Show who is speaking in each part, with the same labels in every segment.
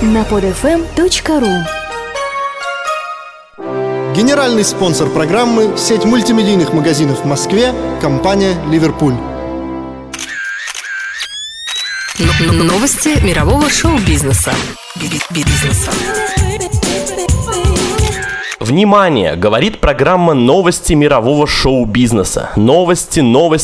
Speaker 1: на podfm.ru.
Speaker 2: Генеральный спонсор программы – сеть мультимедийных магазинов в Москве, компания «Ливерпуль».
Speaker 3: Новости мирового шоу-бизнеса.
Speaker 4: Внимание! Говорит программа «Новости мирового шоу-бизнеса». Новости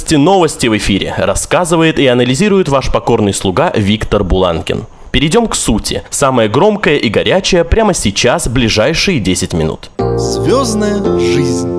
Speaker 4: в эфире. Рассказывает и анализирует ваш покорный слуга Виктор Буланкин. Перейдем к сути. Самое громкое и горячее прямо сейчас, ближайшие 10 минут.
Speaker 2: Звездная жизнь.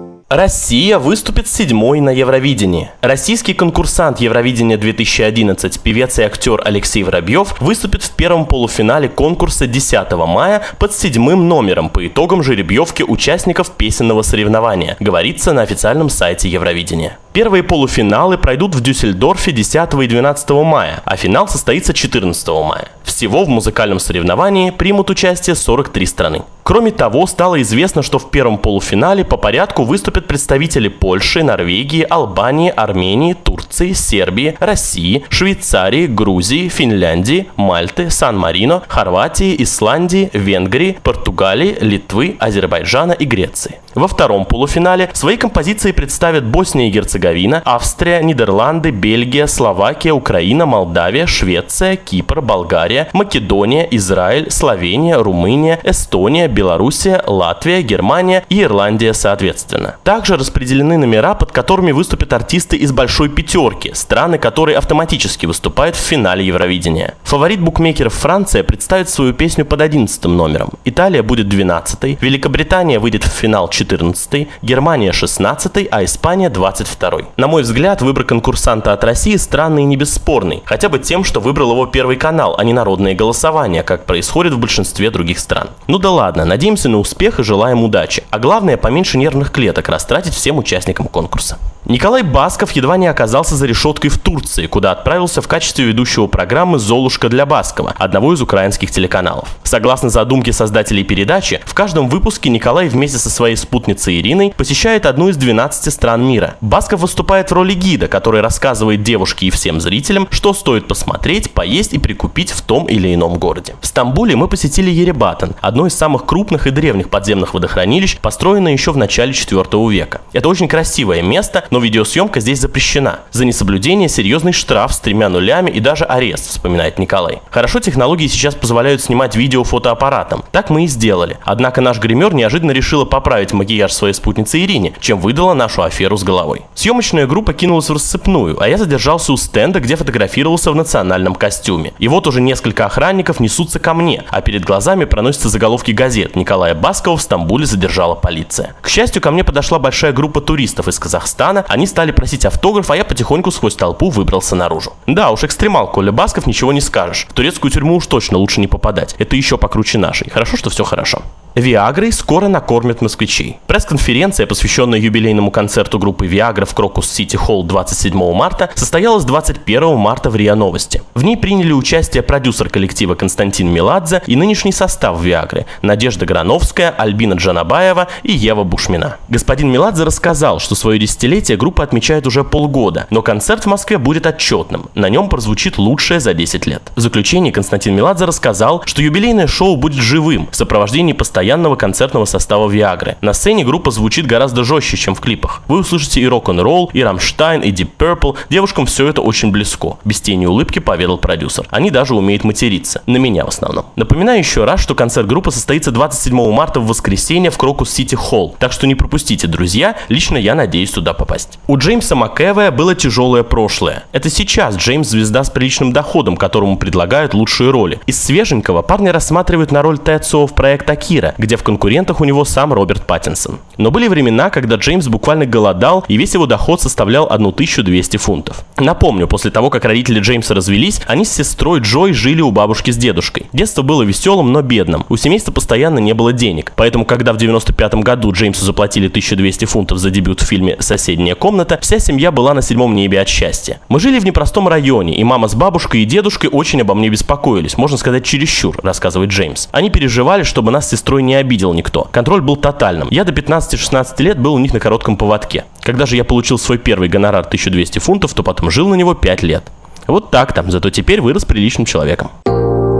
Speaker 4: Россия выступит 7-й на Евровидении. Российский конкурсант Евровидения 2011, певец и актер Алексей Воробьев, выступит в первом полуфинале конкурса 10 мая под 7-м номером по итогам жеребьевки участников песенного соревнования, говорится на официальном сайте Евровидения. Первые полуфиналы пройдут в Дюссельдорфе 10 и 12 мая, а финал состоится 14 мая. Всего в музыкальном соревновании примут участие 43 страны. Кроме того, стало известно, что в первом полуфинале по порядку выступят представители Польши, Норвегии, Албании, Армении, Турции, Сербии, России, Швейцарии, Грузии, Финляндии, Мальты, Сан-Марино, Хорватии, Исландии, Венгрии, Португалии, Литвы, Азербайджана и Греции. Во втором полуфинале свои композиции представят Босния и Герцеговина, Австрия, Нидерланды, Бельгия, Словакия, Украина, Молдавия, Швеция, Кипр, Болгария, Македония, Израиль, Словения, Румыния, Эстония, Белоруссия, Латвия, Германия и Ирландия соответственно. Также распределены номера, под которыми выступят артисты из большой пятерки, страны, которые автоматически выступают в финале Евровидения. Фаворит букмекеров Франция представит свою песню под 11-м номером. Италия будет 12-й, Великобритания выйдет в финал 14-й, Германия 16-й, а Испания 22-й. На мой взгляд, выбор конкурсанта от России странный и не бесспорный, хотя бы тем, что выбрал его Первый канал, а не народные голосования, как происходит в большинстве других стран. Ну да ладно, надеемся на успех и желаем удачи, а главное, поменьше нервных клеток растратить всем участникам конкурса. Николай Басков едва не оказался за решеткой в Турции, куда отправился в качестве ведущего программы «Золушка для Баскова», одного из украинских телеканалов. Согласно задумке создателей передачи, в каждом выпуске Николай вместе со своей спутницей Ириной посещает одну из 12 стран мира. Басков выступает в роли гида, который рассказывает девушке и всем зрителям, что стоит посмотреть, поесть и прикупить в том или ином городе. В Стамбуле мы посетили Еребатан, одно из самых крупных и древних подземных водохранилищ, построенное еще в начале 4 века. Это очень красивое место, но видеосъемка здесь запрещена. За несоблюдение серьезный штраф с 3 нулями и даже арест, вспоминает Николай. Хорошо, технологии сейчас позволяют снимать видео фотоаппаратом. Так мы и сделали. Однако наш гример неожиданно решила поправить макияж своей спутницы Ирине, чем выдала нашу аферу с головой. Съемочная группа кинулась в рассыпную, а я задержался у стенда, где фотографировался в национальном костюме. И вот уже несколько охранников несутся ко мне, а перед глазами проносятся заголовки газет: Николая Баскова в Стамбуле задержала полиция. К счастью, ко мне подошла большая группа туристов из Казахстана. Они стали просить автограф, а я потихоньку сквозь толпу выбрался наружу. Да уж, экстремал Коля Басков, ничего не скажешь. В турецкую тюрьму уж точно лучше не попадать. Это еще покруче нашей. Хорошо, что все хорошо. Виагрой скоро накормят москвичей. Пресс-конференция, посвященная юбилейному концерту группы Viagra в Крокус-Сити Холл 27 марта, состоялась 21 марта в РИА Новости. В ней приняли участие продюсер коллектива Константин Меладзе и нынешний состав Виагры: Надежда Грановская, Альбина Джанабаева и Ева Бушмина. Господин Меладзе рассказал, что свое десятилетие группа отмечает уже полгода, но концерт в Москве будет отчетным. На нем прозвучит лучшее за 10 лет. В заключении Константин Меладзе рассказал, что юбилейное шоу будет живым, в сопровождении постоянного концертного состава Viagra. На сцене группа звучит гораздо жестче, чем в клипах. Вы услышите и рок-н-ролл, и Рамштайн, и Deep Purple. Девушкам все это очень близко. Без тени улыбки поведал продюсер. Они даже умеют материться. На меня в основном. Напоминаю еще раз, что концерт группы состоится 27 марта в воскресенье в Крокус-Сити Холл. Так что не пропустите, друзья. Лично я надеюсь туда попасть. У Джеймса Макэвоя было тяжелое прошлое. Это сейчас Джеймс — звезда с приличным доходом, которому предлагают лучшие роли. Из свеженького парня рассматривают на роль Тецуо в проект «Акира», где в конкурентах у него сам Роберт Паттинсон. Но были времена, когда Джеймс буквально голодал, и весь его доход составлял 1200 фунтов. Напомню, после того, как родители Джеймса развелись, они с сестрой Джой жили у бабушки с дедушкой. Детство было веселым, но бедным. У семейства постоянно не было денег. Поэтому, когда в 95 году Джеймсу заплатили 1200 фунтов за дебют в фильме «Соседняя комната», вся семья была на 7-м небе от счастья. Мы жили в непростом районе, и мама с бабушкой и дедушкой очень обо мне беспокоились, можно сказать, чересчур, рассказывает Джеймс. Они переживали, чтобы нас с сестрой не обидел никто. Контроль был тотальным. Я до 15-16 лет был у них на коротком поводке. Когда же я получил свой первый гонорар 1200 фунтов, то потом жил на него 5 лет. Вот так там, зато теперь вырос приличным человеком.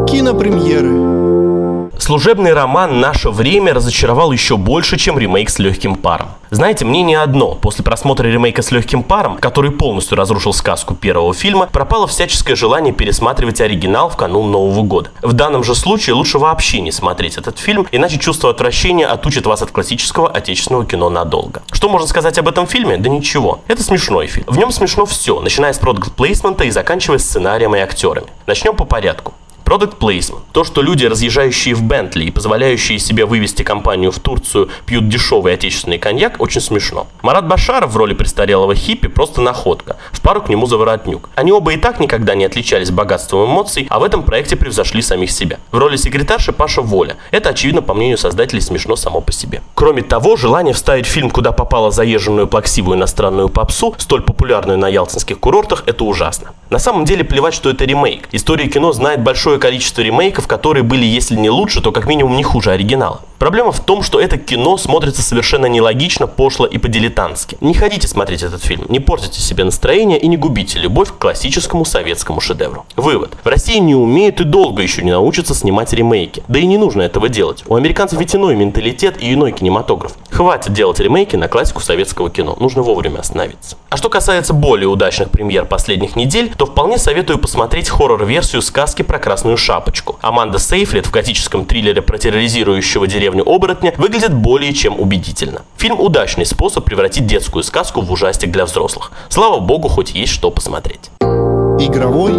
Speaker 2: Кинопремьеры.
Speaker 4: Служебный роман «Наше время» разочаровал еще больше, чем ремейк с легким паром. Знаете, мнение одно. После просмотра ремейка с легким паром, который полностью разрушил сказку первого фильма, пропало всяческое желание пересматривать оригинал в канун Нового года. В данном же случае лучше вообще не смотреть этот фильм, иначе чувство отвращения отучит вас от классического отечественного кино надолго. Что можно сказать об этом фильме? Да ничего. Это смешной фильм. В нем смешно все, начиная с продакт-плейсмента и заканчивая сценарием и актерами. Начнем по порядку. Product placement. То, что люди, разъезжающие в Бентли и позволяющие себе вывести компанию в Турцию, пьют дешевый отечественный коньяк, очень смешно. Марат Башаров в роли престарелого хиппи просто находка. В пару к нему заворотнюк. Они оба и так никогда не отличались богатством эмоций, а в этом проекте превзошли самих себя. В роли секретарши Паша Воля. Это, очевидно, по мнению создателей, смешно само по себе. Кроме того, желание вставить в фильм «Куда попала заезженную плаксивую иностранную попсу», столь популярную на ялтинских курортах, это ужасно. На самом деле плевать, что это ремейк. История кино знает большое количество ремейков, которые были, если не лучше, то как минимум не хуже оригинала. Проблема в том, что это кино смотрится совершенно нелогично, пошло и по-дилетантски. Не ходите смотреть этот фильм, не портите себе настроение и не губите любовь к классическому советскому шедевру. Вывод. В России не умеют и долго еще не научатся снимать ремейки. Да и не нужно этого делать. У американцев ведь иной менталитет и иной кинематограф. Хватит делать ремейки на классику советского кино. Нужно вовремя остановиться. А что касается более удачных премьер последних недель, то вполне советую посмотреть хоррор-версию сказки про Красную Шапочку. Аманда Сейфрид в готическом триллере про терроризирующего деревню оборотня выглядит более чем убедительно. Фильм – удачный способ превратить детскую сказку в ужастик для взрослых. Слава богу, хоть есть что посмотреть.
Speaker 2: Игровой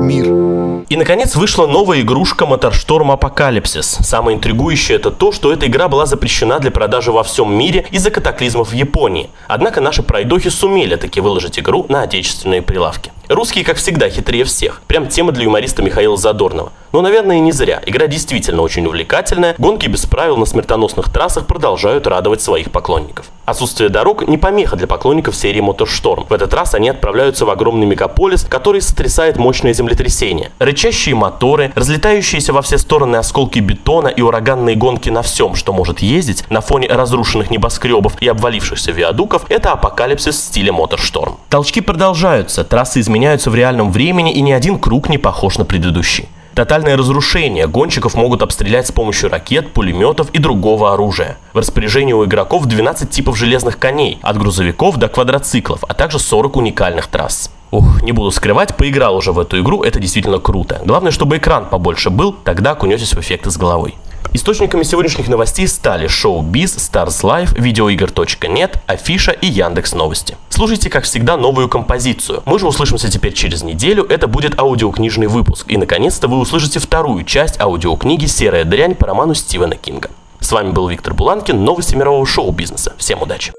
Speaker 2: мир.
Speaker 4: И, наконец, вышла новая игрушка MotorStorm Apocalypsis. Самое интригующее это то, что эта игра была запрещена для продажи во всем мире из-за катаклизмов в Японии. Однако наши пройдохи сумели таки выложить игру на отечественные прилавки. Русские, как всегда, хитрее всех. Прям тема для юмориста Михаила Задорнова. Но, наверное, и не зря. Игра действительно очень увлекательная. Гонки без правил на смертоносных трассах продолжают радовать своих поклонников. Отсутствие дорог не помеха для поклонников серии MotorStorm. В этот раз они отправляются в огромный мегаполис, который сотрясает мощное землетрясение. Рычащие моторы, разлетающиеся во все стороны осколки бетона и ураганные гонки на всем, что может ездить, на фоне разрушенных небоскребов и обвалившихся виадуков, это апокалипсис в стиле MotorStorm. Толчки продолжаются, трассы изменяются в реальном времени, и ни один круг не похож на предыдущий. Тотальное разрушение. Гонщиков могут обстрелять с помощью ракет, пулеметов и другого оружия. В распоряжении у игроков 12 типов железных коней, от грузовиков до квадроциклов, а также 40 уникальных трасс. Ох, не буду скрывать, поиграл уже в эту игру, это действительно круто. Главное, чтобы экран побольше был, тогда окунетесь в эффекты с головой. Источниками сегодняшних новостей стали Showbiz, Stars Life, Videoigр.net, Афиша и Яндекс.Новости. Слушайте, как всегда, новую композицию. Мы же услышимся теперь через неделю, это будет аудиокнижный выпуск. И, наконец-то, вы услышите вторую часть аудиокниги «Серая дрянь» по роману Стивена Кинга. С вами был Виктор Буланкин, новости мирового шоу-бизнеса. Всем удачи!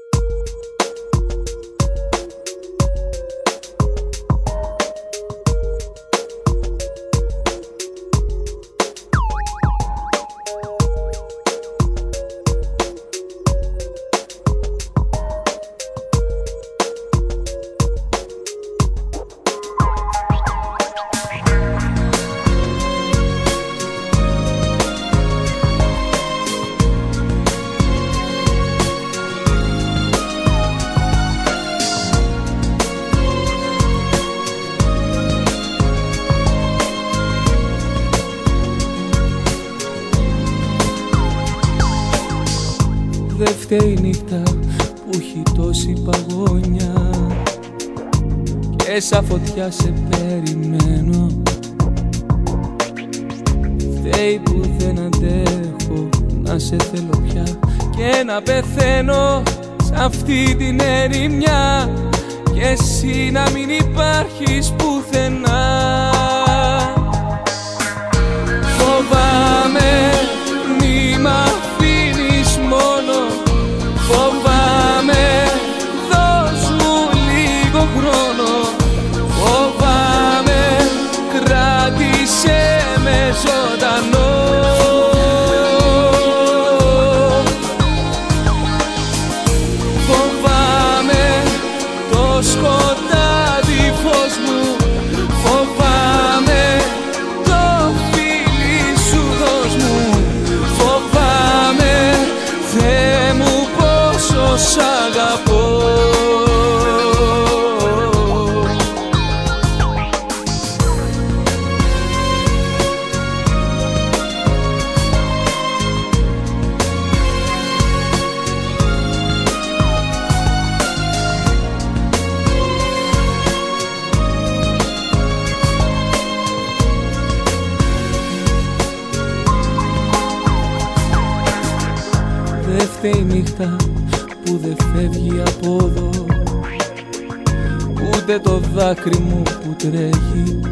Speaker 5: Δε φταίει η νύχτα που έχει τόση παγωνιά και σαν φωτιά σε περιμένω. Φταίει που δεν αντέχω να σε θέλω πια και να πεθαίνω σ' αυτή την ερημιά και εσύ να μην υπάρχεις πουθενά. Φοβάμαι μη μ' αφήνεις μόνο. Φοβάμαι, δώσ' μου λίγο χρόνο. Φοβάμαι, κράτησε με ζωντανό. Φοβάμαι, το σκοτάδι φως μου. Φοβάμαι φταίει η νύχτα που δεν φεύγει από εδώ, ούτε το δάκρυ μου που τρέχει.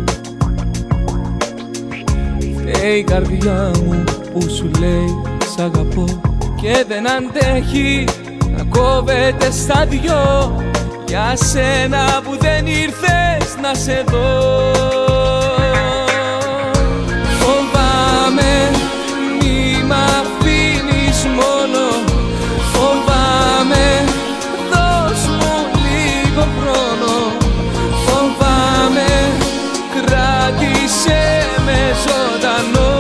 Speaker 5: Φταίει η καρδιά μου που σου λέει σ' αγαπώ και δεν αντέχει να κόβεται στα δυο, για σένα που δεν ήρθες να σε δω. Φοβάμαι μη μ' αφήνεις μόνο, φοβάμαι δώσ' μου λίγο χρόνο, φοβάμαι κράτησε με ζωντανό.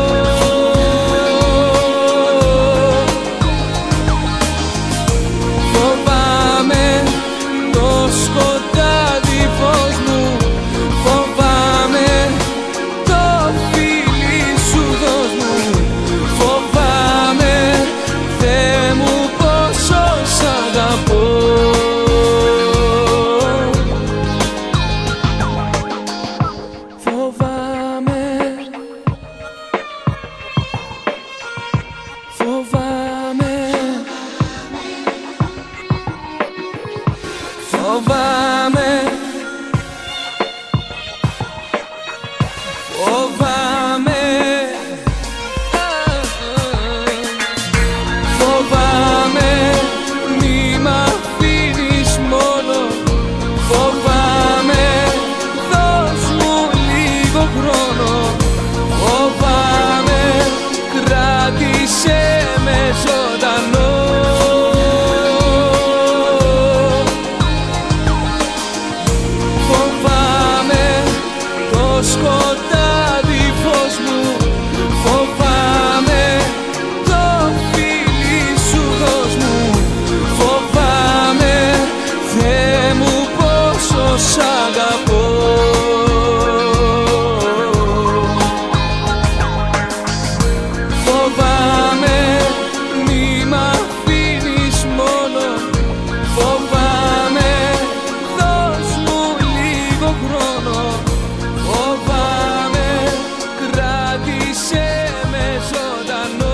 Speaker 5: Φοβάμαι το σκοτάδι φως μου, φοβάμαι το φίλι σου δώσ' μου, φοβάμαι Θεέ μου πόσο σ' αγαπώ. Φοβάμαι, φοβάμαι, φοβάμαι, φοβάμαι, φοβάμαι μη μ' αφήνεις μόνο, φοβάμαι δώσ' μου λίγο χρόνο, φοβάμαι κράτησε με ζωντανό. Φοβάμαι το σκοτάδι φως μου, φοβάμαι το φίλι σου δώσ' μου, φοβάμαι Θεέ μου πόσο σ' αγαπώ. Φοβάμαι μη μ' αφήνεις μόνο, φοβάμαι δώσ' μου λίγο χρόνο, φοβάμαι κράτησε με ζωντανό.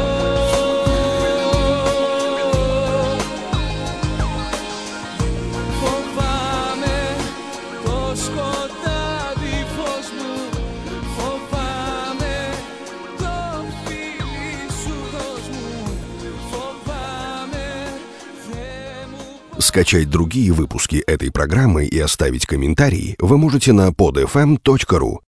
Speaker 5: Φοβάμαι το σκοτάδι φως μου, φοβάμαι το φίλι σου δώσ' μου, φοβάμαι Θεέ μου.
Speaker 6: Скачать другие выпуски этой программы и оставить комментарии вы можете на podfm.ru.